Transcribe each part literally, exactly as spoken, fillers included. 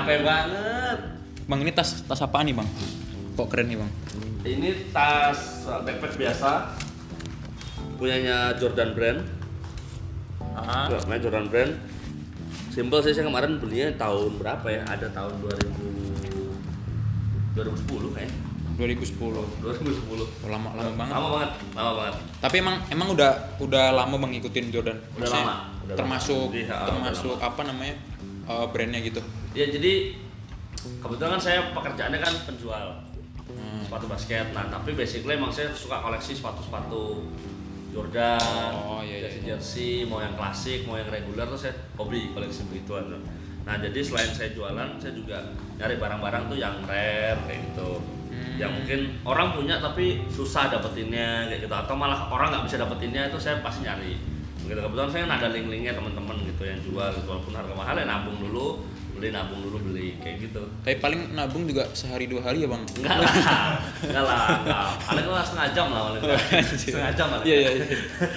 capek banget. Bang, ini tas tas apaan nih, Bang? Kok keren nih, Bang? Ini tas backpack biasa. Punyanya Jordan Brand. Ah. Namanya Jordan Brand. Simple sih, saya kemarin belinya tahun berapa ya? Ada tahun dua ribu dua ribu sepuluh kayaknya. dua ribu sepuluh. dua ribu sepuluh. Oh, lama lama banget. Lama banget, lama banget. Tapi emang emang udah udah lama Bang ngikutin Jordan. Udah Maksudnya lama. Udah termasuk lama. Jadi, ah, termasuk udah lama. apa namanya? Uh, brandnya gitu. Ya jadi kebetulan kan saya pekerjaannya kan penjual Hmm. sepatu basket. Nah tapi basically emang saya suka koleksi sepatu-sepatu Jordan, Oh, iya, iya. jersey-jersey, mau yang klasik, mau yang reguler tuh saya hobi koleksi begituan tuh. Nah jadi selain saya jualan, saya juga nyari barang-barang tuh yang rare kayak gitu. Hmm. Yang mungkin orang punya tapi susah dapetinnya kayak gitu, atau malah orang nggak bisa dapetinnya, itu saya pasti nyari. Begitu, kebetulan saya ada link-linknya teman-teman gitu yang jual, walaupun harga mahal ya nabung dulu, beli nabung dulu beli kayak gitu. Tapi paling nabung juga sehari dua hari ya, Bang? Enggak lah, enggak lah, enggak. Paling lah setengah jam lah, paling setengah jam lah. Iya, iya, iya.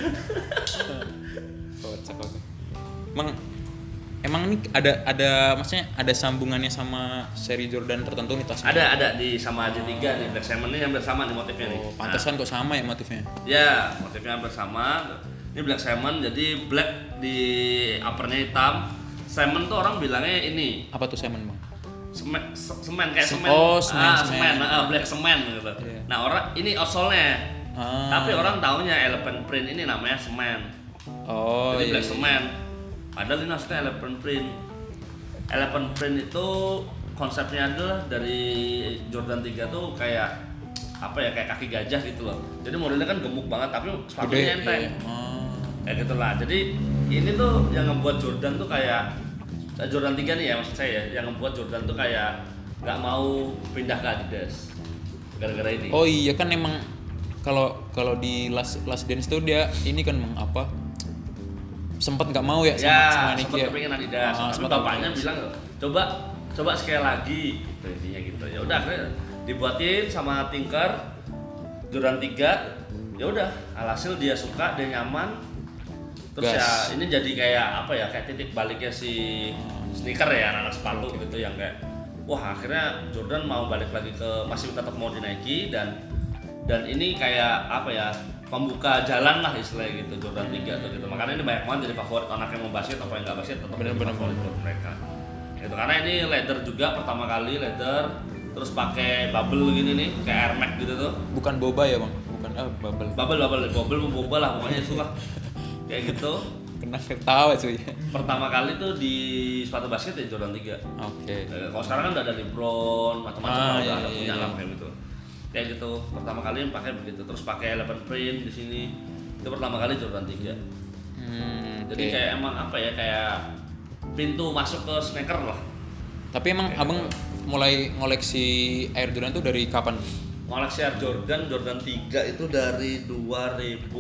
Kocak, kocak. Bang, emang ini ada ada maksudnya ada sambungannya sama seri Jordan tertentu nih tasnya? Ada, ada di sama J tiga nih, Black Salmon ini hampir sama nih motifnya nih. Oh, pantesan kok sama ya motifnya? Nah, ya, motifnya hampir sama. Ini Black Salmon, jadi black di uppernya hitam. Salmon tuh orang bilangnya ini Apa tuh salmon, Bang? semen, se- semen kayak Sem- semen. oh, semen, ah, semen. semen, ah, black semen gitu. Iya. Nah, orang ini outsole-nya. Ah. Tapi orang taunya elephant print ini namanya semen. Oh, Jadi iya, black iya. semen. Padahal ini maksudnya elephant print. Elephant print itu konsepnya adalah dari Jordan tiga tuh kayak apa ya, kayak kaki gajah gitu loh. Jadi modelnya kan gemuk banget tapi sepatunya Gede, enteng. iya. Oh. Kayak gitulah. Jadi ini tuh yang ngebuat Jordan tuh kayak Jordan tiga nih ya maksud saya ya, yang ngebuat Jordan tuh kayak nggak mau pindah ke Adidas gara-gara ini. Oh iya kan emang kalau kalau di Last Last Dance tuh dia ini kan Bang, apa sempat nggak mau ya sama Ya, sama Nike sempat ya. kepingin Adidas. Ah, Tapi sempat bapaknya Adidas. bilang coba coba sekali lagi gitu intinya gitu. Ya udah akhirnya dibuatin sama Tinker Jordan tiga. Ya udah, alhasil dia suka, dia nyaman. Terus Gas. ya ini jadi kayak apa ya, kayak titik baliknya si sneaker ya, anak-anak sepatu gitu yang kayak wah akhirnya Jordan mau balik lagi ke masih tetap mau di Nike dan dan ini kayak apa ya, pembuka jalan lah istilahnya gitu Jordan tiga atau gitu. Makanya ini banyak banget jadi favorit anak yang mau basket apa yang nggak basket tetap Bener, jadi bener, favorit buat mereka. Gitu karena ini leather juga pertama kali leather, terus pakai bubble gini nih kayak Air Max gitu tuh. Bukan boba ya Bang, bukan ah bubble. Bubble bubble bubble boba lah pokoknya itu lah. Kayak gitu. Kena ketawa cuy. Pertama kali tuh di sepatu basket ya Jordan tiga. Oke. Eh, kalau sekarang kan udah ada LeBron, macam-macam Ah, lah, iya, udah ada iya, punya iya. lah kayak gitu. Kayak gitu. Pertama kali yang pakai begitu, terus pakai elephant print di sini. Itu pertama kali Jordan tiga. Hmm, Jadi oke. kayak emang apa ya, kayak pintu masuk ke sneaker lah. Tapi emang Kayak Abang mulai ngoleksi Air Jordan tuh dari kapan? Koleksi Air Jordan Jordan tiga itu dari dua ribu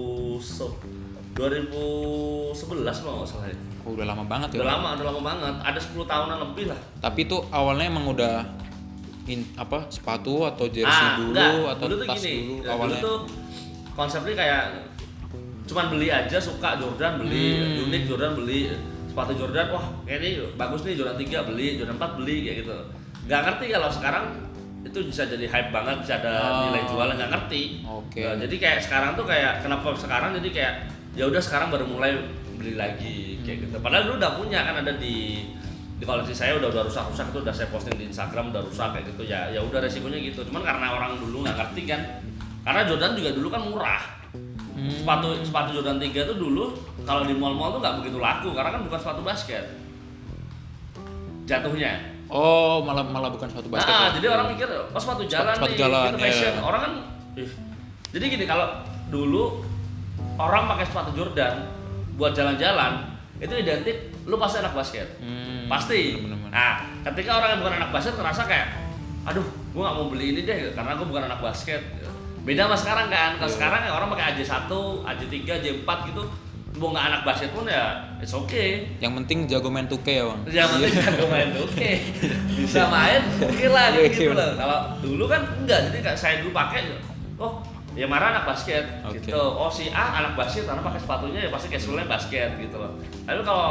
sebelas kalau nggak salah ya. Oh, udah lama banget ya. Udah lama, udah lama banget. Ada sepuluh tahunan lebih lah. Tapi itu awalnya emang udah in, apa sepatu atau jersey Ah, dulu enggak. atau dulu tuh tas gini, dulu dulu awalnya? tuh konsepnya kayak cuman beli aja, suka Jordan beli, Hmm. unik Jordan beli, sepatu Jordan wah kayak ini bagus nih, Jordan tiga beli, Jordan empat beli kayak gitu. Nggak ngerti kalau sekarang itu bisa jadi hype banget, bisa ada Oh. nilai jualnya, nggak ngerti. Oke. Nah, jadi kayak sekarang tuh kayak kenapa sekarang jadi kayak ya udah sekarang baru mulai beli lagi kayak gitu. Padahal dulu udah punya kan, ada di di koleksi saya udah udah rusak-rusak itu, udah saya posting di Instagram udah rusak kayak gitu ya. Ya udah resikonya gitu. Cuman karena orang dulu nggak ngerti kan. Karena Jordan juga dulu kan murah. Hmm. Sepatu sepatu Jordan tiga tuh dulu kalau di mall-mall tuh nggak begitu laku karena kan bukan sepatu basket. Jatuhnya. Oh, malah malah bukan sepatu basket. Nah, ya? jadi orang mikir oh sepatu jalan Sepatu nih, jalan, gitu fashion. iya. Orang kan ih. Jadi gini, kalau dulu orang pakai sepatu Jordan buat jalan-jalan itu identik lu pasti anak basket. Hmm, Pasti. bener-bener. Nah, ketika orang yang bukan anak basket ngerasa kayak aduh, gua nggak mau beli ini deh karena gua bukan anak basket. Beda sama sekarang kan. Kalau Iya. sekarang ya orang pakai A J satu, A J tiga, A J empat gitu. Mau nggak anak basket pun ya it's okay. Yang penting jago main two K ya Bang. Yang penting jago main oke. Bisa main oke lah Iya, gitu iya, loh. Kalau dulu kan enggak, jadi kayak saya dulu pakai oh ya marah anak basket Oke. gitu. Oh si A anak basket karena pakai sepatunya ya pasti casualnya basket gitu loh. Tapi kalau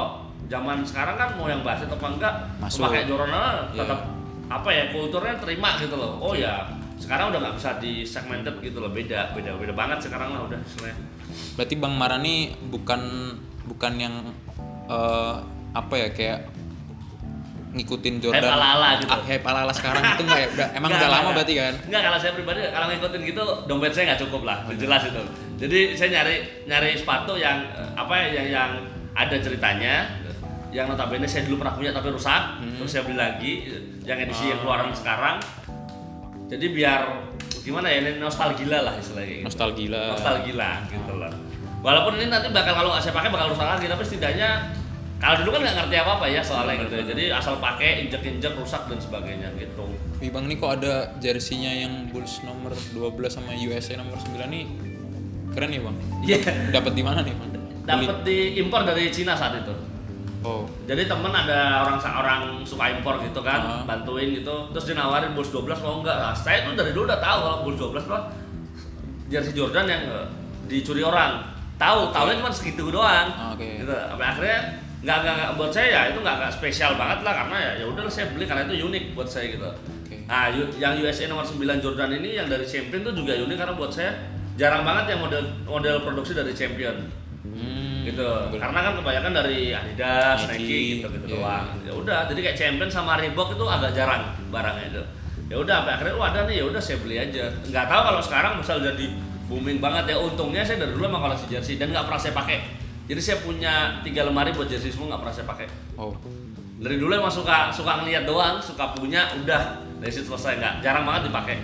zaman sekarang kan mau yang basket apa enggak Masuk. pakai Jordan Iya. tetap apa ya kulturnya terima gitu loh. Oh ya sekarang udah nggak bisa di segmented gitu loh, beda beda beda banget sekarang lah udah sebenarnya. Berarti Bang Marani bukan bukan yang eh, apa ya kayak ngikutin Jordan Hype ala-ala gitu. ah, hype ala-ala sekarang itu enggak ya? Udah, emang Nggak, udah lama nggak. berarti kan? Enggak, kalau saya pribadi kalau ngikutin gitu dompet saya nggak cukup lah, jelas itu. Jadi saya nyari nyari sepatu yang eh, apa ya yang, yang ada ceritanya, yang notabene saya dulu pernah punya tapi rusak, Hmm. terus saya beli lagi yang edisi Oh. yang keluaran sekarang. Jadi biar gimana ya, ini nostalgia lah istilahnya gitu. Nostalgia. Nostalgia gitu loh. Walaupun ini nanti bakal kalau nggak saya pakai bakal rusak lagi, tapi setidaknya kalau dulu kan nggak ngerti apa-apa ya soalnya gitu. Jadi asal pakai injek-injek rusak dan sebagainya gitu. Wih Bang, ini kok ada jersinya yang Bulls nomor dua belas sama U S A nomor sembilan nih keren nih Bang. Iya. Dapat di mana nih Bang? Dapat diimpor dari Cina saat itu. Oh. Jadi temen ada orang orang suka impor gitu kan, Ah. bantuin gitu. Terus dia nawarin Bulls dua belas mau enggak? Nah, saya tuh dari dulu udah tahu kalau Bulls dua belas tuh jersey Jordan yang eh, dicuri orang. Tahu, tahunya cuma segitu doang. Ah, oke. Gitu. Sampai akhirnya nggak nggak nggak- buat saya ya itu nggak nggak spesial banget lah karena ya ya udah saya beli karena itu unik buat saya gitu. Oke. Nah, U- yang U S A nomor sembilan Jordan ini yang dari Champion tuh juga unik karena buat saya jarang banget yang model model produksi dari Champion. Hmm, Gitu. ber- Karena kan kebanyakan dari Adidas, Nike, Nike gitu gitu iya. doang. Ya udah, jadi kayak Champion sama Reebok itu agak jarang barangnya itu. Ya udah, sampai akhirnya oh ada nih, ya udah saya beli aja. Nggak tahu kalau sekarang misal jadi booming banget ya. Untungnya saya dari dulu emang koleksi jersey dan nggak pernah saya pakai. Jadi saya punya tiga lemari buat jersey semua nggak pernah saya pakai. Oh. Dari dulu emang suka suka ngeliat doang, suka punya, udah dari situ selesai, nggak jarang banget dipakai.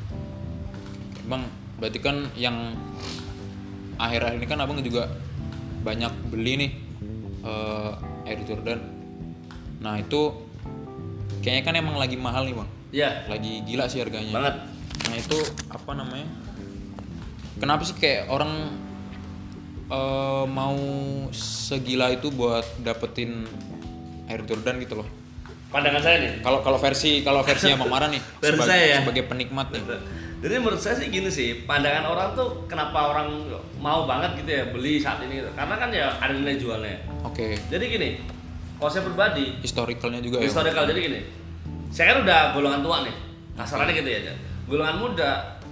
Bang, berarti kan yang akhir-akhir ini kan Abang juga banyak beli nih eh, Air Jordan. Nah, itu kayaknya kan emang lagi mahal nih, Bang. Iya, Lagi gila sih harganya. banget. Nah, itu apa namanya? Kenapa sih kayak orang eh, mau segila itu buat dapetin Air Jordan gitu loh? Pandangan saya nih. Kalau kalau versi kalau versinya Bang Mara nih Versi sebagai, saya ya? sebagai penikmat nih. Jadi menurut saya sih gini sih, pandangan orang tuh kenapa orang mau banget gitu ya beli saat ini gitu. Karena kan ya ada nilai jualnya. Oke. Jadi gini, kalau saya pribadi, Historicalnya juga ya. historical jadi gini. Saya kan udah golongan tua nih, kasarannya gitu ya. Golongan muda,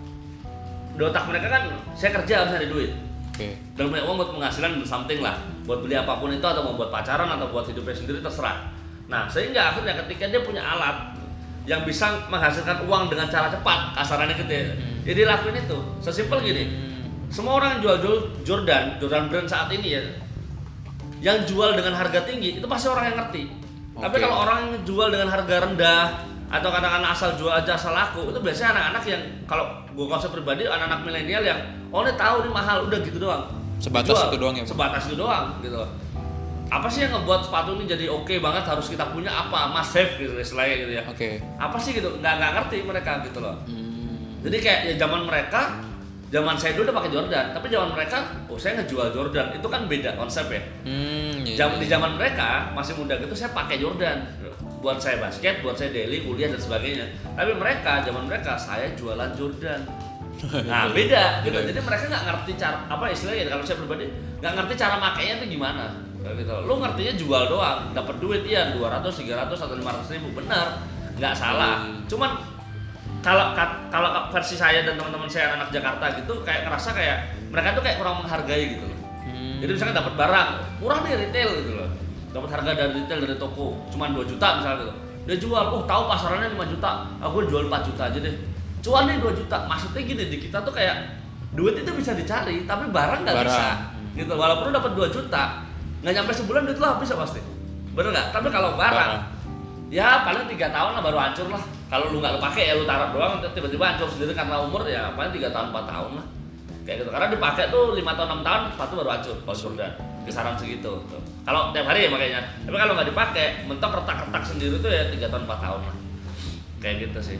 di otak mereka kan saya kerja harus cari duit. Oke. Dan punya uang buat penghasilan something lah, buat beli apapun itu atau mau buat pacaran atau buat hidupnya sendiri terserah. Nah sehingga akhirnya ketika dia punya alat yang bisa menghasilkan uang dengan cara cepat, kasarannya gitu ya, Hmm. ya dia lakuin itu. Sesimpel gini, semua orang yang jual-jual Jordan, Jordan brand saat ini ya, yang jual dengan harga tinggi itu pasti orang yang ngerti. Tapi Oke. kalau orang yang jual dengan harga rendah atau kadang-kadang asal jual aja asal laku, itu biasanya anak-anak yang kalau gue konsep pribadi anak-anak milenial yang oh ini tahu ini mahal udah gitu doang. Sebatas Jual. itu doang ya, Bang? Sebatas itu doang gitu. Apa sih yang ngebuat sepatu ini jadi oke banget harus kita punya apa must have gitu istilahnya gitu ya. Oke. Apa sih gitu? Nggak nggak ngerti mereka gitu loh. Hmm. Jadi kayak ya zaman mereka, zaman saya dulu udah pakai Jordan, tapi zaman mereka, oh saya ngejual Jordan, itu kan beda konsep ya. Hmm, iya, Jam, di iya. zaman mereka masih muda gitu saya pakai Jordan, buat saya basket, buat saya daily, kuliah dan sebagainya. Tapi mereka zaman mereka saya jualan Jordan. Nah beda gitu. Jadi mereka nggak ngerti cara apa istilahnya. Kalau saya pribadi nggak ngerti cara makainya itu gimana. Kayak gitu. Lu ngertinya jual doang, dapat duit iya dua ratus, tiga ratus atau lima ratus ribu benar, nggak salah. Hmm. Cuman kalau kalau versi saya dan teman-teman saya anak Jakarta gitu kayak ngerasa kayak mereka tuh kayak kurang menghargai gitu loh. Hmm. Jadi misalnya dapat barang murah nih retail gitu loh, dapat harga dari retail dari toko cuma dua juta misalnya gitu, dia jual, oh tahu pasarannya lima juta, aku jual empat juta aja deh, cuan nih dua juta. Maksudnya gini, di kita tuh kayak duit itu bisa dicari tapi barang nggak Barang. bisa gitu. Walaupun lu dapat dua juta nggak nyampe sebulan duit lo habis ya pasti, bener nggak? Tapi kalau barang Barang. ya paling tiga tahun lah baru hancur lah. Kalau lu nggak lu pakai ya lu taruh doang tiba-tiba hancur sendiri karena umur ya paling tiga tahun empat tahun lah kayak gitu. Karena dipakai tuh lima tahun enam tahun sepatu baru hancur kalau Jordan kisaran segitu tuh. Kalau tiap hari ya makanya. Tapi kalau nggak dipakai mentok retak-retak sendiri tuh ya tiga tahun empat tahun lah kayak gitu sih.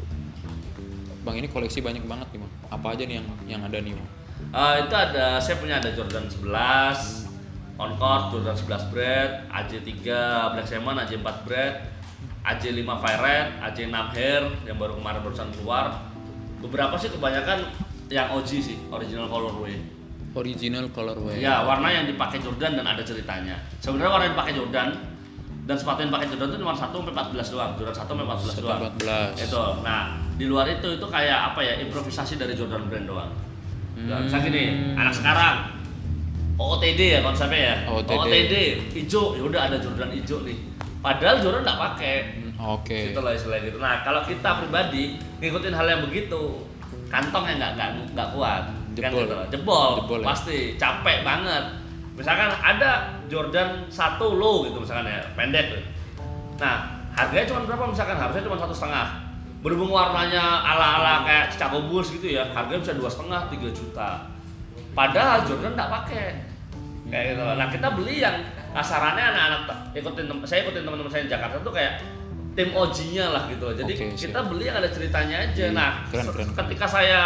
Bang, ini koleksi banyak banget nih, Bang. Apa aja nih yang yang ada nih, Bang? Eh, itu ada, saya punya ada Jordan sebelas on court, Jordan sebelas bread, A J tiga Black Salmon, A J empat bread, A J lima Fire Red, A J enam Hair yang baru kemarin barusan keluar. Beberapa sih kebanyakan yang O G sih, original colorway. Original colorway. Ya, warna yang dipakai Jordan dan ada ceritanya. Sebenarnya warna yang dipakai Jordan dan sepatu yang dipakai Jordan itu cuma satu sampai empat belas doang. Jordan satu sampai empat belas doang. empat belas. Itu. Nah, di luar itu itu kayak apa ya? Improvisasi dari Jordan Brand doang. Hmm. Misalnya gini, anak sekarang O O T D ya konsepnya ya. O O T D. O O T D hijau, ya udah ada Jordan hijau nih. Padahal Jordan nggak pakai. Oke. Okay. Gitu lah istilahnya gitu. Nah, kalau kita pribadi ngikutin hal yang begitu, kantongnya nggak nggak nggak kuat. Kan Jebol. gitu. Jebol, Jebol ya? pasti capek banget. Misalkan ada Jordan satu low gitu misalkan ya, pendek tuh. Nah, harganya cuma berapa misalkan? Harusnya cuma satu setengah. Berhubung warnanya ala-ala kayak Chicago Bulls gitu ya, harganya bisa dua setengah, tiga juta. Padahal Jordan nggak pakai. Kayak gitu. Nah, kita beli yang kasarannya anak-anak ikutin, saya ikutin teman-teman saya di Jakarta tuh kayak tim O G-nya lah gitu. Jadi Oke, kita siap. beli yang ada ceritanya aja. Hmm, Nah, keren, keren. ketika saya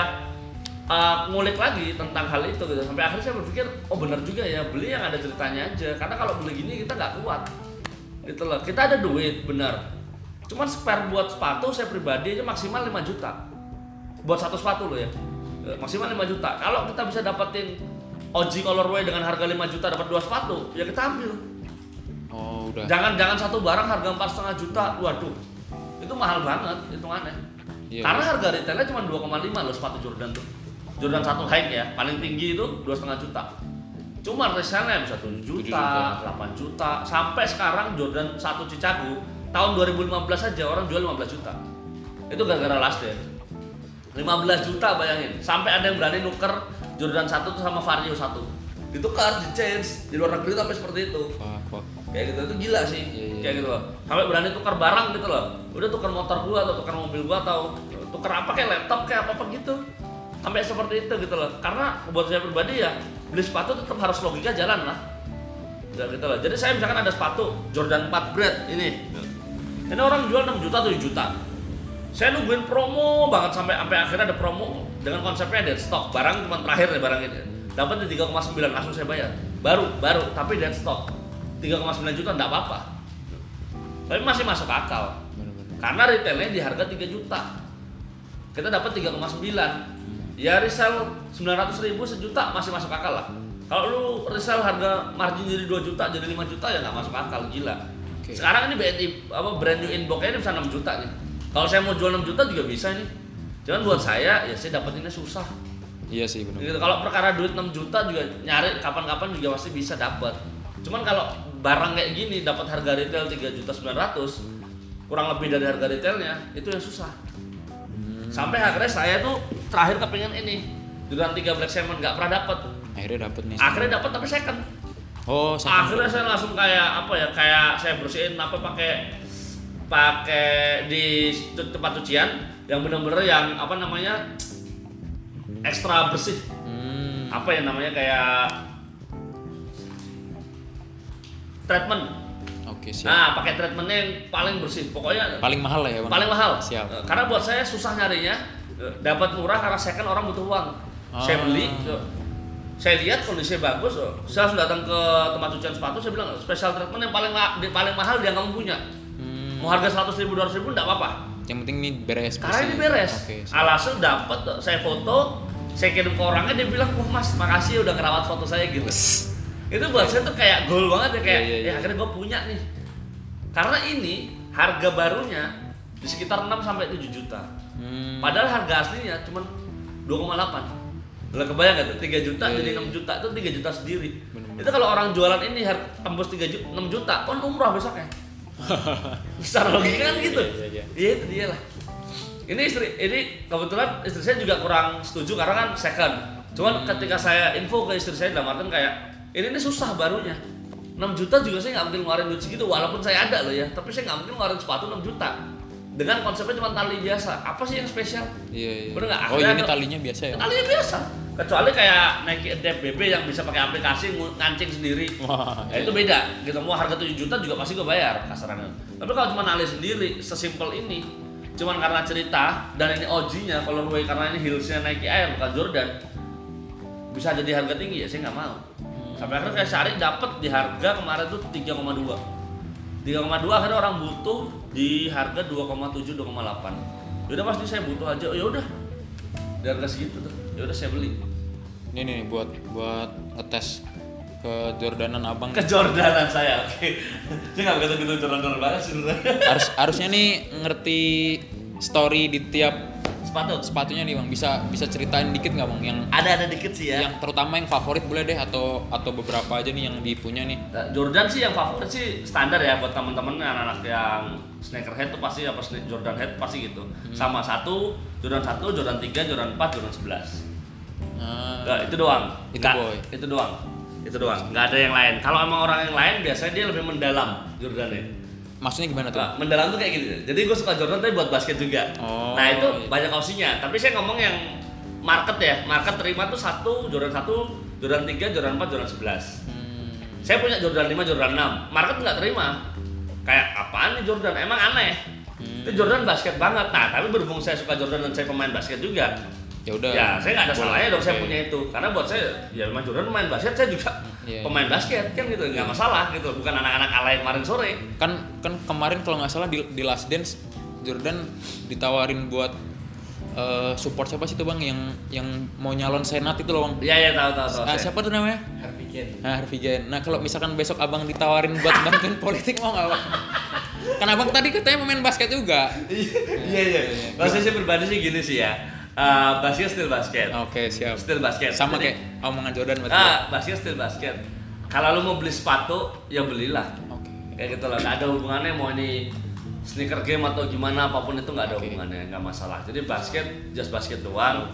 uh, ngulik lagi tentang hal itu gitu, sampai akhirnya saya berpikir, oh benar juga ya, beli yang ada ceritanya aja. Karena kalau beli gini kita nggak kuat. Gitu loh. Kita ada duit, benar. Cuman spare buat sepatu saya pribadi aja maksimal lima juta. Buat satu sepatu loh ya. Maksimal lima juta. Kalau kita bisa dapetin O G colorway dengan harga lima juta dapat dua sepatu, ya kita ambil. Oh, udah. Jangan jangan satu barang harga empat setengah juta, waduh, itu mahal banget hitungannya. Iya, Karena iya. harga retailnya cuma dua koma lima loh sepatu Jordan tuh. Jordan satu high ya, paling tinggi itu dua setengah juta. Cuma resellnya bisa tujuh tujuh juta, juta. delapan juta, sampai sekarang Jordan satu Chicago tahun dua ribu lima belas aja orang jual lima belas juta. Itu gara-gara last day. lima belas juta bayangin. Sampai ada yang berani nuker Jordan satu tuh sama Vario satu. Ditukar, di change, di luar negeri sampai seperti itu. Wah, wah. Kayak gitu, itu gila sih. Iya, iya. Kayak gitu loh. Sampai berani tukar barang gitu loh. Udah tukar motor gua atau tukar mobil gua atau tukar apa kayak laptop kayak apa-apa gitu. Sampai seperti itu gitu loh. Karena buat saya pribadi ya, beli sepatu tetap harus logika jalan lah. Ya gitu loh. Jadi saya misalkan ada sepatu Jordan empat Bread ini. Ini orang jual enam juta tujuh juta. Saya nungguin promo banget sampai sampai akhirnya ada promo dengan konsepnya dead stock. Barang cuma terakhir nih barang ini. Dapat di tiga koma sembilan langsung saya bayar. Baru, baru tapi dead stock. tiga koma sembilan juta enggak apa-apa. Tapi masih masuk akal. Bener-bener. Karena retailnya di harga tiga juta. Kita dapat tiga koma sembilan. Ya resell sembilan ratus ribu sejuta masih masuk akal lah. Kalau lu resell harga margin jadi dua juta jadi lima juta ya nggak masuk akal, gila. Oke. Sekarang ini B N I apa brand new inbox ini bisa enam juta nih. Kalau saya mau jual enam juta juga bisa nih. Cuman buat saya ya saya dapetinnya susah. Iya sih benar. Gitu. Kalau perkara duit enam juta juga nyari kapan-kapan juga pasti bisa dapat. Cuman kalau barang kayak gini dapat harga retail tiga juta sembilan ratus kurang lebih dari harga retailnya itu yang susah. Hmm. Sampai akhirnya saya tuh terakhir kepengen ini Jordan tiga Black Salmon nggak pernah dapat. Akhirnya dapat nih. Akhirnya dapat tapi second. Oh, second. Akhirnya saya langsung kayak apa ya kayak saya bersihin apa pakai pakai di tempat cucian yang benar-benar yang apa namanya ekstra bersih. Hmm. Apa ya namanya kayak treatment. Oke, siap. Nah, pakai treatmentnya yang paling bersih. Pokoknya Paling mahal lah ya, Bang? paling mahal. Siap. Eh, Karena buat saya susah nyarinya. Eh, Dapat murah karena second orang butuh uang. Saya Ah. beli. eh, Saya lihat kondisinya bagus. eh, Saya langsung datang ke tempat cucian sepatu. Saya bilang special treatment yang paling ma- di- paling mahal dia nggak punya. Hmm. Mau harga seratus ribu, dua ratus ribu nggak apa-apa. Yang penting ini beres. Karena ini bersih. beres. Oke, siap. Alhasil dapat, saya foto, saya kirim ke orangnya, dia bilang, wah mas, makasih udah ngerawat foto saya gitu. Itu buat saya tuh kayak goal banget ya, kayak Iya, iya, iya. ya akhirnya gue punya nih. Karena ini harga barunya di sekitar enam sampai tujuh juta. Hmm. Padahal harga aslinya cuma dua koma delapan. Lah kebayang gak tuh? tiga juta Iya, jadi iya. enam juta, itu tiga juta sendiri. Bener-bener. Itu kalau orang jualan ini har- tembus tiga juta, enam juta, kan umrah besoknya. Secara logika kan gitu. Iya, iya, iya. Iya itu dia lah. Ini istri, ini kebetulan istri saya juga kurang setuju karena kan second. Cuman Hmm. ketika saya info ke istri saya dalam artian kayak ini nih susah barunya. enam juta juga saya nggak mungkin ngeluarin duit segitu walaupun saya ada loh ya. Tapi saya nggak mungkin ngeluarin sepatu enam juta. Dengan konsepnya cuma tali biasa. Apa sih yang spesial? Iya, iya. Bener nggak? Oh, Akhirnya ini ada- talinya biasa ya? Talinya biasa. Kecuali kayak Nike Adapt B B yang bisa pakai aplikasi ngu- ngancing sendiri. Wah, Ya, itu beda. Gitu mau harga tujuh juta juga pasti gue bayar kasarannya. Tapi kalau cuma nali sendiri sesimpel ini, cuman karena cerita dan ini O G-nya colorway karena ini heelsnya Nike Air bukan Jordan, bisa jadi harga tinggi ya saya nggak mau. Sampai akhirnya kayak cari dapat di harga kemarin tuh tiga koma dua. tiga koma dua akhirnya orang butuh di harga dua koma tujuh dua koma delapan. Ya udah pasti saya butuh aja. Oh, ya udah. Di harga segitu tuh. Ya udah saya beli. Ini nih buat buat ngetes ke Jordanan abang. Kejordanan saya, oke. Saya nggak begitu gitu Jordan banget sih. Harus harusnya nih ngerti story di tiap Sepatu. sepatunya nih bang. Bisa bisa ceritain dikit nggak bang? Yang Ada ada dikit sih ya. yang terutama yang favorit boleh deh atau atau beberapa aja nih yang dipunya nih. Nah, Jordan sih yang favorit sih standar ya buat teman-teman anak-anak yang sneakerhead tuh pasti apa Jordan head pasti gitu. Hmm. Sama satu, Jordan satu, Jordan tiga, Jordan empat, Jordan sebelas. Ah, Nah, itu doang. Itu Nggak, boy. Itu doang. Itu doang. Nggak ada yang lain. Kalau emang orang yang lain biasanya dia lebih mendalam Jordannya. Maksudnya gimana tuh? Nah, mendalam tuh kayak gitu. Jadi gue suka Jordan tapi buat basket juga. Oh, nah itu iya. banyak opsinya. Tapi saya ngomong yang market ya. Market terima tuh satu, Jordan satu, Jordan tiga, Jordan empat, Jordan sebelas. Hmm. Saya punya Jordan lima, Jordan enam. Market nggak terima. Kayak apaan nih Jordan? Emang aneh. Hmm. Itu Jordan basket banget. Nah tapi berhubung saya suka Jordan dan saya pemain basket juga. Ya udah. Ya saya nggak ada Boleh. salahnya dong saya Oke. punya itu. Karena buat saya ya memang Jordan pemain basket, saya juga Iya, pemain basket kan gitu. Nggak masalah gitu. Bukan anak-anak alay kemarin sore. Kan kan kemarin kalau nggak salah di, di Last Dance Jordan ditawarin buat eh, support siapa sih tuh bang yang yang mau nyalon senat itu loh bang. Iya iya tahu tahu tahu. Ah, saya. siapa tuh namanya? Harvey Ken. Nah, Harvey Gen. Nah, kalau misalkan besok abang ditawarin buat bantuin politik mau nggak bang? Kan abang tadi katanya pemain basket juga. Iya iya. Maksudnya saya pribadi sih gini sih ya. Uh, basket still basket. Oke, siap. Still basket. Sama Jadi, kayak omongan Jordan berarti. Ah, basket still basket. Kalau lu mau beli sepatu, ya belilah. Oke. Kayak gitu lah. Nggak ada hubungannya mau ini sneaker game atau gimana apapun itu nggak ada Oke. hubungannya, nggak masalah. Jadi basket just basket doang.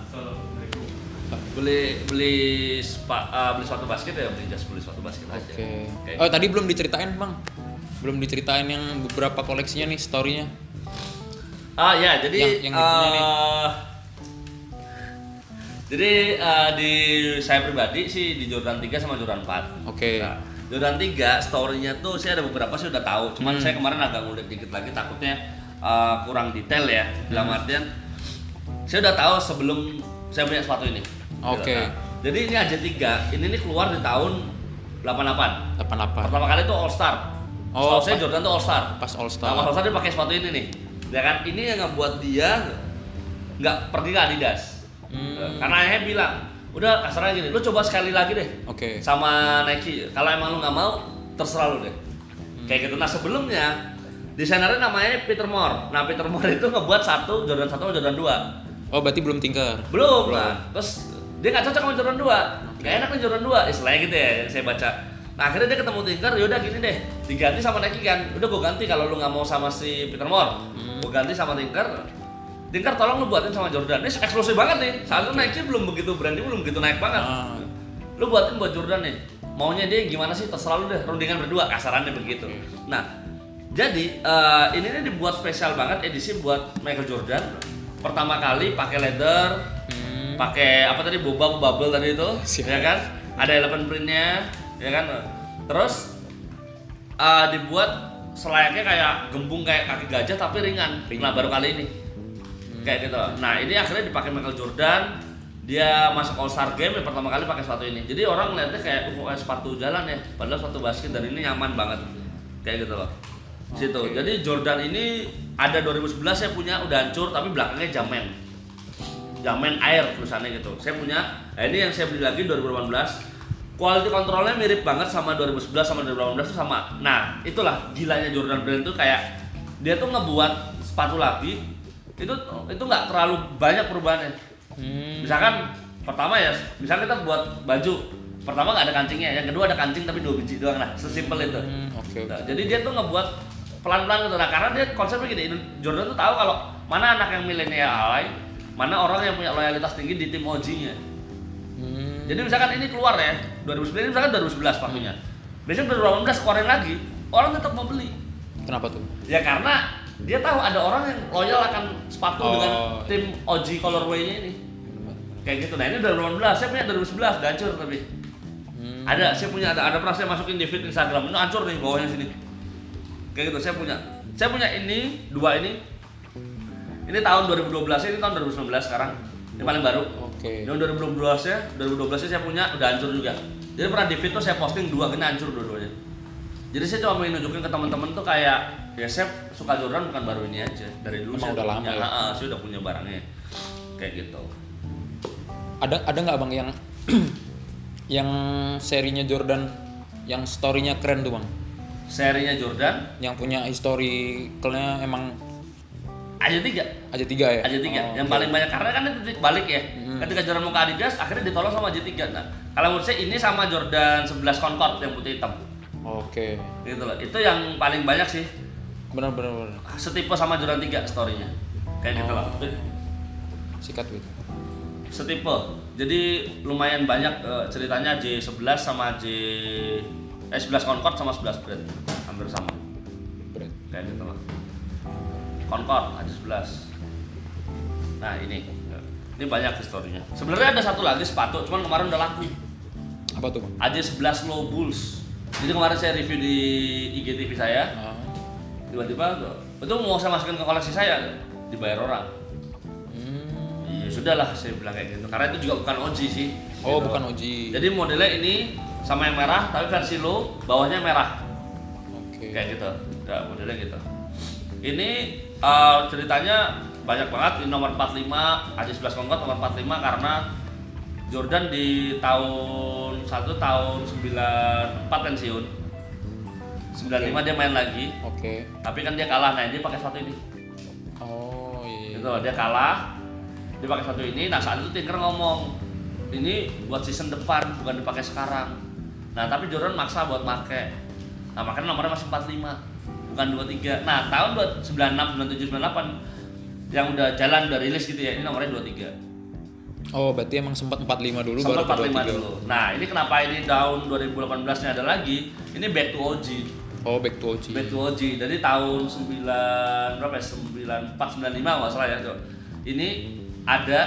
Beli beli spa, uh, beli sepatu basket ya beli just beli sepatu basket aja. Oke. Kayak Oh, tadi belum diceritain, Bang. Belum diceritain yang beberapa koleksinya nih, story-nya. Ah ya, jadi Yang- yang dipunya nih. eh, jadi eh, di saya pribadi sih di Jordan tiga sama Jordan empat. Oke. Nah, Jordan tiga story-nya tuh saya ada beberapa sih udah tahu, cuman Hmm. saya kemarin agak ngulik dikit lagi takutnya eh, kurang detail ya. Dalam Hmm. artian saya udah tahu sebelum saya punya sepatu ini. Oke. Nah, jadi ini A J tiga, ini nih keluar di tahun delapan delapan. delapan delapan. Pertama kali itu All Star. Oh, Setahu saya pas- Jordan tuh All Star. Pas All Nah, Star. All Star dia pakai sepatu ini nih. Ya kan? Ini yang ngebuat dia nggak pergi ke Adidas. Hmm. Karena ayahnya bilang, udah kasarnya gini, lu coba sekali lagi deh Oke. sama Nike. Kalau emang lu nggak mau, terserah lu deh. Hmm. Kayak gitu. Nah sebelumnya desainernya namanya Peter Moore. Nah Peter Moore itu ngebuat satu Jordan satu sama Jordan dua. Oh, berarti belum Tinker. Belum lah. Terus dia nggak cocok sama Jordan dua. Nggak enak nih Jordan dua. Istilahnya gitu ya yang saya baca. Nah akhirnya dia ketemu Tinker, yaudah gini deh, diganti sama Nike kan. Udah gue ganti kalau lu nggak mau sama si Peter Moore, Hmm. gue ganti sama Tinker. Tinker tolong lu buatin sama Jordan. Ini eksklusif banget nih. Saat itu Nike belum begitu brandnya belum begitu naik banget. Ah. Lu buatin buat Jordan nih. Maunya dia gimana sih? Terserah lu deh. Rundingan berdua kasarannya begitu. Nah jadi eh, ini nih dibuat spesial banget edisi buat Michael Jordan. Pertama kali pakai leather, Hmm. pakai apa tadi boba bubble tadi itu, Siap. ya kan? Ada elephant printnya, ya kan? Terus uh, dibuat selayaknya kayak gembung kayak kaki gajah tapi ringan. Ringan. Nah baru kali ini, kayak gitu. Nah ini akhirnya dipakai Michael Jordan, dia masuk All Star Game yang pertama kali pakai sepatu ini. Jadi orang ngeliatnya kayak uh, kayak sepatu jalan ya, padahal sepatu basket dan ini nyaman banget, kayak gitu loh. Situ. Oke. Jadi Jordan ini ada dua ribu sebelas saya punya udah hancur tapi belakangnya Jamen. Jamen Air tulisannya gitu. Saya punya, nah ini yang saya beli lagi dua ribu delapan belas. Quality controlnya mirip banget sama dua ribu sebelas sama dua ribu delapan belas itu sama. Nah, itulah gilanya Jordan Brand itu kayak dia tuh ngebuat sepatu lagi itu itu nggak terlalu banyak perubahannya. Hmm. Misalkan pertama ya, misalnya kita buat baju, pertama nggak ada kancingnya, yang kedua ada kancing tapi dua biji doang lah, sesimpel itu. Hmm, oke, oke. Nah, jadi dia tuh ngebuat pelan-pelan gitu. Nah, karena dia konsepnya gini, Jordan tuh tahu kalau mana anak yang milenial alay, mana orang yang punya loyalitas tinggi di tim O G-nya. Hmm. Jadi misalkan ini keluar ya, dua ribu sembilan, misalkan dua ribu sebelas sepatunya. Besok dua ribu delapan belas keluarin lagi, orang tetap mau beli. Kenapa tuh? Ya karena dia tahu ada orang yang loyal akan sepatu Oh, dengan tim O G colorway-nya ini. Kayak gitu. Nah, ini dua ribu delapan belas, saya punya dua ribu sebelas, udah hancur tapi. Hmm. Ada, saya punya ada ada pernah saya masukin di feed Instagram, itu hancur nih bawahnya sini. Kayak gitu, saya punya. Saya punya ini, dua ini. Ini tahun dua ribu dua belas, ini tahun dua ribu sembilan belas sekarang. Ini paling baru. Oke. Yang dua ribu dua belas ya, dua ribu dua belas saya punya udah hancur juga. Jadi pernah di feed tuh saya posting dua kena hancur dua-duanya. Jadi saya cuma mau nunjukin ke teman-teman tuh kayak ya saya suka Jordan bukan baru ini aja. Dari dulu Emang saya udah lama punya, ya? ha-ha, saya udah punya barangnya. Kayak gitu. Ada ada nggak bang yang Yang serinya Jordan yang story-nya keren tuh bang, Serinya Jordan yang punya historicalnya emang aja tiga. aja tiga ya. Aja tiga. Oh, yang oke. paling banyak karena kan itu titik balik ya. Hmm. Ketika Jordan mau ke Adidas, akhirnya ditolong sama aja tiga. Nah, kalau menurut saya ini sama Jordan sebelas Concord yang putih hitam. Oke, Gitu loh. Itu yang paling banyak sih. benar benar benar. Setipe sama Jordan tiga story-nya. Kayak gitu Oh. loh. Sikat gitu. Setipe. Jadi lumayan banyak eh, ceritanya J sebelas sama J eh sebelas Concord sama sebelas Bread. Hampir sama. Berat. Kayak gitu loh. Concord aja sebelas. Nah, ini. Ini banyak historinya. Sebenarnya ada satu lagi sepatu, cuman kemarin udah laku. Apa tuh bang? A J sebelas Low Bulls. Jadi kemarin saya review di I G T V saya, Ah. tiba-tiba itu mau saya masukin ke koleksi saya, dibayar orang. Hmm. Iya sudahlah, saya bilang kayak gitu. Karena itu juga bukan O G sih. Oh gitu. bukan O G. Jadi modelnya ini sama yang merah, tapi versi low, bawahnya merah. Oke. Kayak gitu. Ya, modelnya gitu. Ini uh, ceritanya banyak banget. Ini nomor empat puluh lima, A J sebelas Concord nomor empat puluh lima karena Jordan di tahun satu tahun sembilan puluh empat pensiun. sembilan puluh lima dia main lagi, Oke. tapi kan dia kalah. Nah, dia pakai sepatu ini. Oh iya. Gitu, dia kalah. Dia pakai sepatu ini. Nah, saat itu Tinker ngomong, "Ini buat season depan, bukan dipakai sekarang." Nah, tapi Jordan maksa buat pakai. Nah, makanya nomornya masih empat puluh lima, bukan dua puluh tiga. Nah, tahun sembilan puluh enam, sembilan puluh tujuh, sembilan puluh delapan yang udah jalan, udah rilis gitu ya. Ini nomornya dua puluh tiga. Oh berarti emang sempat empat puluh lima dulu Sempat baru empat puluh lima dua puluh tiga. dulu. Nah, ini kenapa ini tahun dua ribu delapan belas-nya ada lagi? Ini back to O G. Oh back to O G. Back to O G. Jadi tahun sembilan berapa ya? sembilan puluh empat sembilan puluh lima enggak salah ya, Cok. Ini ada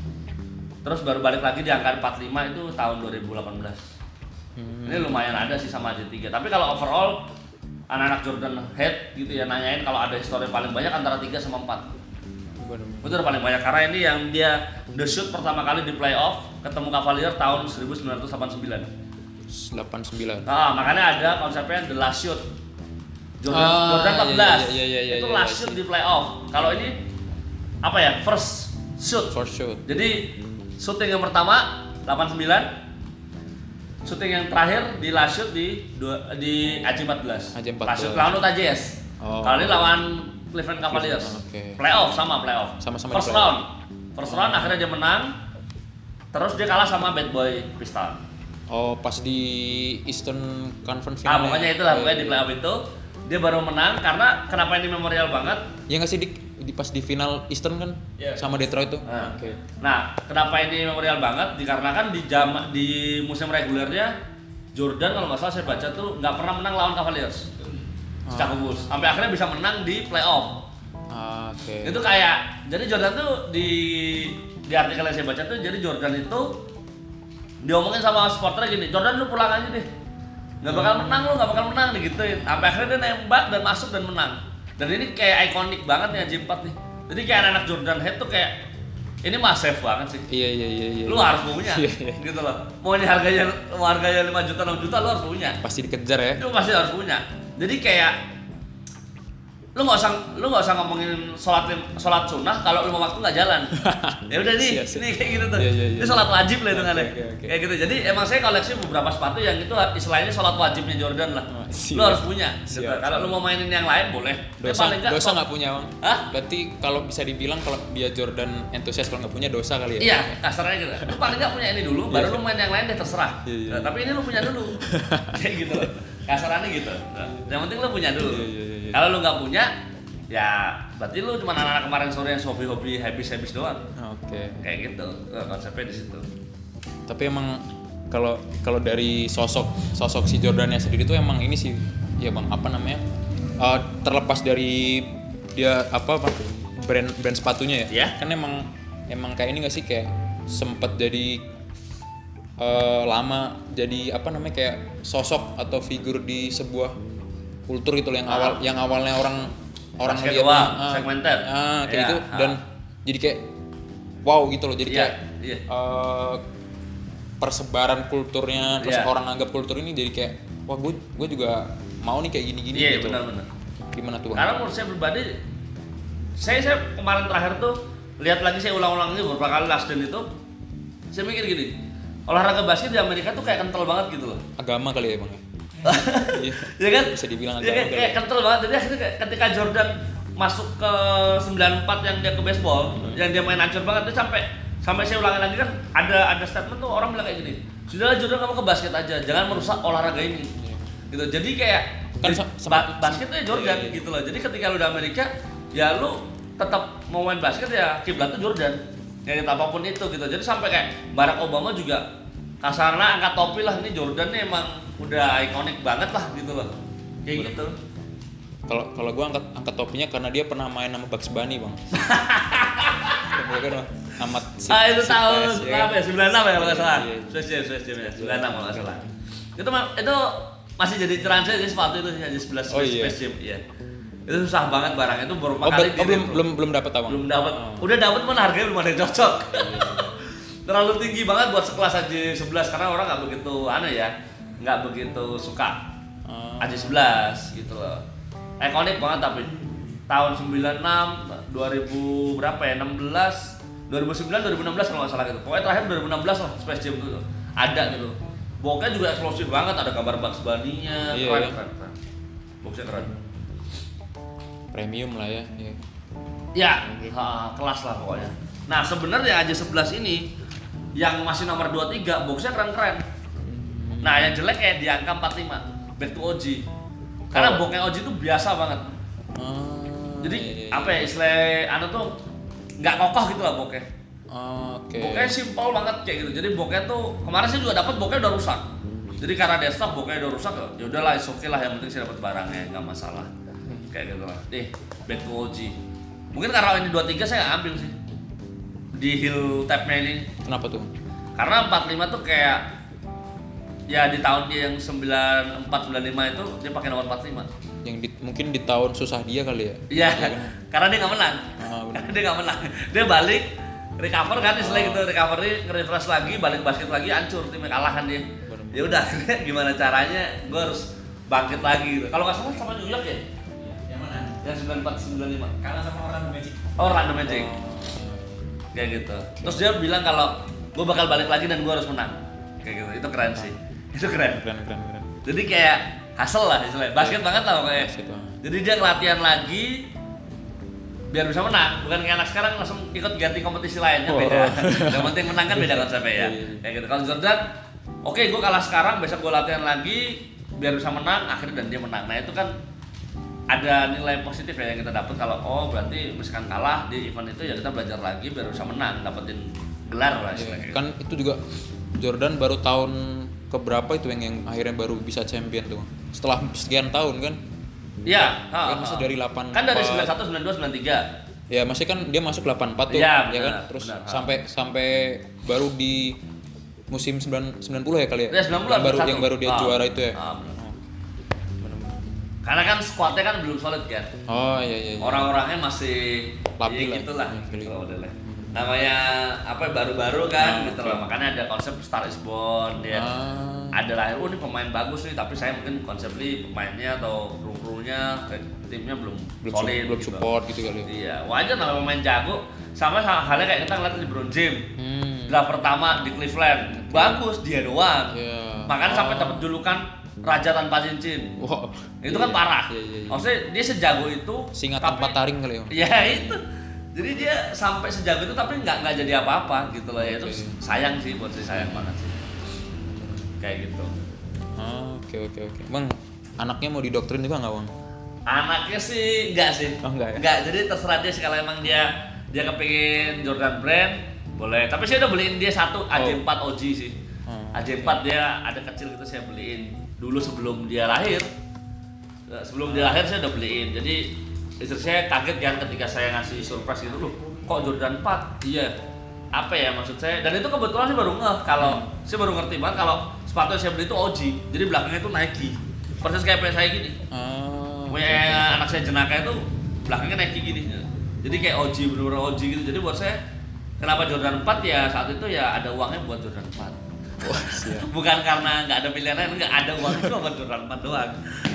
terus baru balik lagi di angka empat puluh lima itu tahun dua ribu delapan belas. Hmm. Ini lumayan ada sih sama J tiga. Tapi kalau overall anak-anak Jordan head gitu ya nanyain kalau ada histori paling banyak antara tiga sama empat. Itu udah paling banyak karena ini yang dia the shoot pertama kali di playoff ketemu Cavalier tahun seribu sembilan ratus delapan puluh sembilan. delapan puluh sembilan. Nah, makanya ada konsepnya the last shoot. Jordan, Ah, Jordan empat belas. iya, iya, iya, iya, itu iya, last iya, shoot iya. di playoff. Kalau ini apa ya? First shoot. For sure. Jadi shooting yang pertama delapan puluh sembilan. Shooting yang terakhir di last shoot di dua, di A J empat belas. A J empat belas. Last shoot lawan Utah Jazz. Oh. Kalau ini lawan Cleveland Cavaliers. Oke. Playoff sama playoff. Sama-sama First di playoff. round. First round akhirnya dia menang. Terus dia kalah sama Bad Boy Pistol. Oh pas di Eastern Conference Ah, final. pokoknya ya? itulah Iya, pokoknya di iya. playoff itu dia baru menang karena kenapa ini memorial banget? Ya nggak sih di, di pas di final Eastern kan Iya. sama Detroit tuh. Nah, Oke. nah, kenapa ini memorial banget? Dikarenakan di jam di musim regulernya Jordan kalau nggak salah saya baca tuh nggak pernah menang lawan Cavaliers. Chicago Bulls. Sampai akhirnya bisa menang di playoff. Ah, Oke. Itu kayak jadi Jordan tuh di di artikel yang saya baca tuh jadi Jordan itu diomongin sama supporternya gini, Jordan lu pulang aja deh, nggak bakal menang lu, nggak bakal menang digituin. Sampai akhirnya dia nembak dan masuk dan menang. Dan ini kayak ikonik banget nih A J empat nih. Jadi kayak anak Jordan head tuh kayak ini mah safe banget sih. Iya iya iya iya. Lu harus punya, Iya, iya. gitu loh. Mau ini harganya mau harganya lima juta enam juta lu harus punya. Pasti dikejar ya. Itu pasti harus punya. Jadi kayak lu nggak usah lu nggak usah ngomongin sholat lim- sholat sunnah kalau lima waktu nggak jalan. Ya udah nih, Iya, sih. ini kayak gitu tuh. Iya, iya, iya. Ini sholat wajib lah itu Oke, kan ya. oke, oke. Kayak gitu. Jadi emang saya koleksi beberapa sepatu yang itu istilahnya sholat wajibnya Jordan lah. Oh, Lu siap. harus punya. Gitu. Siap, Kalau siap. lu mau mainin yang lain boleh. Ya, Dosa paling nggak dosa kok- nggak punya bang. Hah? Berarti kalau bisa dibilang kalau dia Jordan entusias kalau nggak punya dosa kali ya. Iya, kasarnya gitu. Lu paling nggak punya ini dulu, baru Iya. lu main yang lain deh terserah. Iya, iya. Nah, tapi ini lu punya dulu. Kayak gitu loh. Kasarannya gitu. Nah, yang penting lu punya dulu. Iya, iya, iya, iya. Kalau lu nggak punya, ya berarti lu cuma anak-anak kemarin sore yang hobi-hobi habis-habis doang. Oke. Kayak gitu. Nah, konsepnya di situ. Tapi emang kalau kalau dari sosok sosok si Jordannya sendiri tuh emang ini sih ya bang apa namanya eh, terlepas dari dia apa Bang, brand brand sepatunya ya Iya. kan emang emang kayak ini nggak sih kayak sempet jadi eh, lama jadi apa namanya kayak sosok atau figur di sebuah kultur gitu loh, yang awal yang awalnya orang orang Basket lihat doang, ah, segmented. ah, kayak Iya, gitu ah. dan jadi kayak wow gitu loh jadi Iya, kayak iya. eh, persebaran kulturnya terus Iya. orang anggap kultur ini jadi kayak wah gue gue juga mau nih kayak gini-gini Iya, gitu. benar-benar. Gimana tuh Bang? Karena menurut saya pribadi, saya saya kemarin terakhir tuh lihat lagi saya ulang-ulang ini beberapa kali last dance itu, saya mikir gini, olahraga basket di Amerika tuh kayak kental banget gitu loh. Agama kali ya bang. Iya. Ya kan? Bisa dibilang ya, agama. kayak, kayak kental banget. Jadi akhirnya kayak ketika Jordan masuk ke sembilan puluh empat yang dia ke baseball, hmm. yang dia main hancur banget, dia sampai sampai saya ulangi lagi kan ada ada statement tuh orang bilang kayak gini, sudahlah Jordan kamu ke basket aja, jangan merusak olahraga ini. Yeah. Gitu. Jadi kayak kan jadi, ba- basketnya Jordan yeah, yeah. gitu loh. Jadi ketika lu di Amerika, ya lu tetap mau main basket ya kiblatnya Jordan. Kayak apapun itu gitu. Jadi sampai kayak Barack Obama juga kasarnya angkat topi lah, ini Jordan nih emang udah ikonik banget lah gitu loh. Kayak gitu. Kalau kalau gua angkat angkat topinya karena dia pernah main sama Bugs Bunny, Bang. Kan amat si, ah itu si tahun ya, berapa ya? sembilan puluh enam ya kalau nggak salah. Iya, iya. Space Jam, Space Jam ya. sembilan puluh enam kalau nggak salah. Itu itu masih jadi tren saya di sepatu itu hanya sebelas oh, iya. Space Jam iya. Itu susah banget barangnya itu beberapa oh, kali oh, belum belum belum dapat Abang. Belum dapat. Oh. Udah dapat pun harganya belum ada yang cocok. Terlalu tinggi banget buat sekelas A J sebelas karena orang nggak begitu aneh ya. Nggak begitu suka A J sebelas gitu loh. Ikonik banget tapi tahun sembilan puluh enam, dua ribu berapa ya? enam belas, dua ribu sembilan, dua ribu enam belas kalau nggak salah gitu. Pokoknya terakhir dua ribu enam belas lah Space Jam itu ada gitu. Boxnya juga eksplosif banget, ada gambar Bugs Bunny-nya, iya, keren, iya. keren, keren. Boxnya keren. Premium lah ya. Iya. Ya, ha, kelas lah pokoknya. Nah sebenarnya A J sebelas ini yang masih nomor dua puluh tiga, boxnya keren-keren. Nah yang jelek kayak di angka empat puluh lima, back to O G. Karena oh. boxnya O G itu biasa banget. Oh, jadi iya, iya. apa ya istilah anu tuh nggak kokoh gitu lah bokeh. Oh, oke. Okay. Bokeh simpel banget kayak gitu. Jadi bokeh tuh kemarin saya juga dapat bokeh udah rusak. Jadi karena dia stok bokeh udah rusak ya udahlah oke okay lah yang penting saya dapat barangnya nggak masalah. Hmm. Kayak gitu lah. Nih back to O G. Mungkin karena ini dua puluh tiga saya ambil sih di heel tab-nya ini. Kenapa tuh? Karena empat puluh lima tuh kayak ya di tahun dia yang sembilan puluh empat sembilan puluh lima itu dia pakai nomor empat puluh lima. Yang di, mungkin di tahun susah dia kali ya? Iya, ya, kan? Karena dia nggak menang. Oh, karena dia nggak menang. Dia balik, recover kan, istilah oh. gitu, recovery, nge-refresh lagi, balik basket lagi, hancur, timnya kalah kan dia. Ya udah, gimana caranya? Gue harus bangkit lagi. Gitu. Kalau nggak salah sama New York ya? Yang mana? Yang sembilan puluh empat sembilan puluh lima. Kalah sama Orlando Magic. Oh, Orlando Magic. Oh. Kayak gitu. Terus dia bilang kalau gue bakal balik lagi dan gue harus menang. Kayak gitu. Itu keren sih. Itu keren. Keren, keren, keren. Jadi kayak hustle lah istilahnya, basket banget lah pokoknya. Jadi dia latihan lagi biar bisa menang, bukan kayak anak sekarang langsung ikut ganti kompetisi lainnya oh. beda. Yang penting menang kan beda konsepnya ya. Kayak gitu. Kalau Jordan, oke okay, gue kalah sekarang, besok gue latihan lagi biar bisa menang, akhirnya dan dia menang. Nah itu kan ada nilai positif ya yang kita dapat kalau oh berarti misalkan kalah di event itu ya kita belajar lagi biar bisa menang, dapetin gelar lah istilahnya. Kan itu juga Jordan baru tahun keberapa itu yang, yang akhirnya baru bisa champion tuh setelah sekian tahun kan? Iya, kan masih dari delapan kan dari sembilan puluh satu, sembilan puluh dua, sembilan puluh tiga. Ya masih kan dia masuk delapan puluh empat tuh, ya, ya kan? Terus benar, sampai ha. sampai baru di musim sembilan puluh ya kali ya? Ya sembilan puluh yang baru yang baru dia ha. juara itu ya. Ha, benar. Karena kan squadnya kan belum solid kan. Oh iya iya. iya. Orang-orangnya masih labil ya, gitulah. Hmm, gitu lah. Namanya apa baru-baru kan nah, gitu okay. loh. Makanya ada konsep Star is Born ya. Ah. Ada lahir, oh ini pemain bagus nih, tapi saya mungkin konsepnya pemainnya atau kru-krunya, timnya belum belum solid, belum gitu. support gitu kali. Iya, wajar namanya pemain jago. Sama halnya kayak kita ngeliat LeBron James, hmm. draft pertama di Cleveland, bagus dia doang. Yeah. Makanya oh. sampai dapat julukan Raja tanpa cincin. Wow. Itu kan parah. Yeah, yeah, yeah. Maksudnya dia sejago itu. Singa tapi, tanpa taring kali ya. Ya itu. Jadi dia sampai sejago itu tapi nggak nggak jadi apa-apa gitu loh ya. Itu okay. sayang sih buat saya sayang banget sih. Kayak gitu. Oh, oke oke oke. Bang, anaknya mau didoktrin juga nggak bang? Anaknya sih enggak sih. Oh enggak ya? Enggak, jadi terserah dia sih kalau emang dia dia kepingin Jordan Brand boleh. Tapi saya udah beliin dia satu A J empat O G sih. Oh, A J empat okay. dia ada kecil gitu saya beliin dulu sebelum dia lahir. Sebelum dia lahir saya udah beliin. Jadi istri saya kaget kan ketika saya ngasih surprise gitu loh. Kok Jordan empat? Iya. Apa ya maksud saya? Dan itu kebetulan saya baru ngeh kalau hmm. saya baru ngerti banget kalau sepatu yang saya beli itu O G. Jadi belakangnya itu Nike. Persis kayak punya saya gini. Oh, punya okay. anak saya jenaka itu belakangnya Nike gini. Jadi kayak O G, bener-bener O G gitu. Jadi buat saya kenapa Jordan empat ya saat itu ya ada uangnya buat Jordan empat. Wah, siap. Bukan karena nggak ada pilihan lain, nggak ada uangnya buat Jordan empat doang.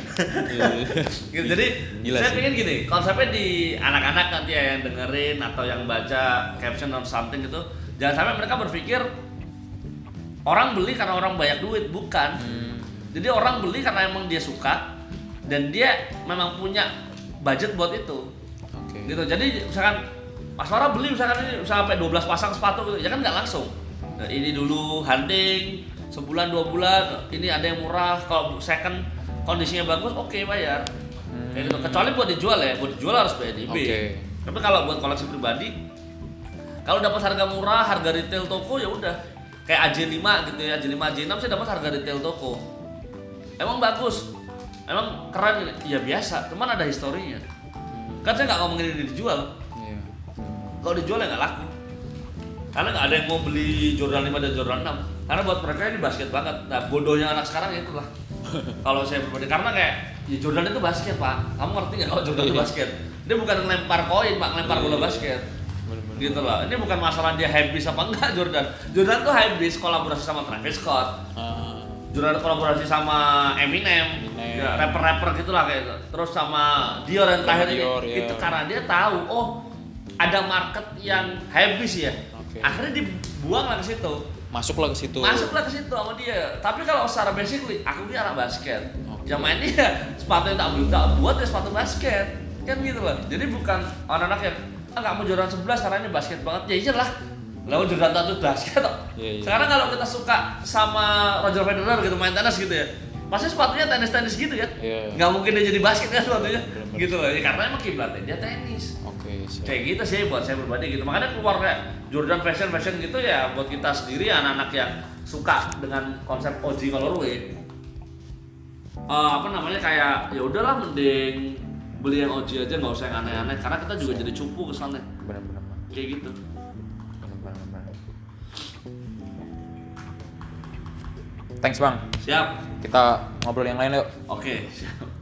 gitu. Jadi gila saya sih. Pengen gini, konsepnya di anak-anak nanti ya yang dengerin atau yang baca caption or something gitu, jangan sampai mereka berpikir orang beli karena orang banyak duit, bukan. Hmm. Jadi orang beli karena emang dia suka dan dia memang punya budget buat itu. Oke. Gitu. Jadi misalkan Mas Farah beli misalkan ini sampai dua belas pasang sepatu gitu, ya kan nggak langsung. Nah, ini dulu hunting sebulan dua bulan, ini ada yang murah, kalau second kondisinya bagus, oke okay, bayar. Hmm. Kayak gitu. Kecuali buat dijual ya, buat dijual harus B N I B. Oke. Tapi kalau buat koleksi pribadi, kalau dapat harga murah, harga retail toko ya udah. Kayak A J lima gitu ya, A J lima, A J enam saya dapat harga retail toko. Emang bagus, emang keren, ya biasa, cuman ada historinya. Kan saya nggak ngomongin ini dijual. Iya. Kalau dijual ya nggak laku. Karena nggak ada yang mau beli Jordan lima dan Jordan enam. Karena buat mereka ini basket banget. Nah bodohnya anak sekarang ya itulah. Kalau saya pribadi, karena kayak ya Jordan itu basket pak. Kamu ngerti nggak kalau Jordan itu basket? Dia bukan ngelempar koin pak, ngelempar bola basket. Bener-bener. Gitu lah. Ini bukan masalah dia hypebeast apa enggak Jordan. Jordan tuh hypebeast kolaborasi sama Travis Scott. Ah. Jordan kolaborasi sama Eminem, Eminem. ya, rapper-rapper gitulah kayak gitu. Terus sama Dior yang terakhir ini, Dior, ya. itu karena dia tahu, oh ada market yang hypebeast ya. Oke. Akhirnya dibuang lah ke situ, Masuklah ke situ. masuklah ke situ sama dia. Tapi kalau secara basically, aku ini anak basket. Oke. Yang mainnya ya sepatu yang tak beli tak buat ya sepatu basket, kan gitu loh. Jadi bukan anak-anak yang ah nggak mau Jordan sebelas karena ini basket banget, ya iyalah. Lalu Jordan satu basket toh. Iya, iya. Sekarang kalau kita suka sama Roger Federer gitu main tenis gitu ya, pasti sepatunya tenis-tenis gitu kan. Iya. Nggak mungkin dia jadi basket kan sepatunya. Bener-bener. Gitu loh. Ya, karena emang kiblatnya dia tenis. Oke. siap. Kayak gitu sih buat saya pribadi gitu. Makanya keluar kayak Jordan fashion fashion gitu ya buat kita sendiri anak-anak yang suka dengan konsep O G colorway. Eh, apa namanya kayak ya udahlah mending beli yang O G aja nggak usah yang aneh-aneh karena kita juga jadi cupu kesannya Benar-benar. kayak gitu. Benar-benar. Thanks bang. Siap. Kita ngobrol yang lain yuk. Oke, siap.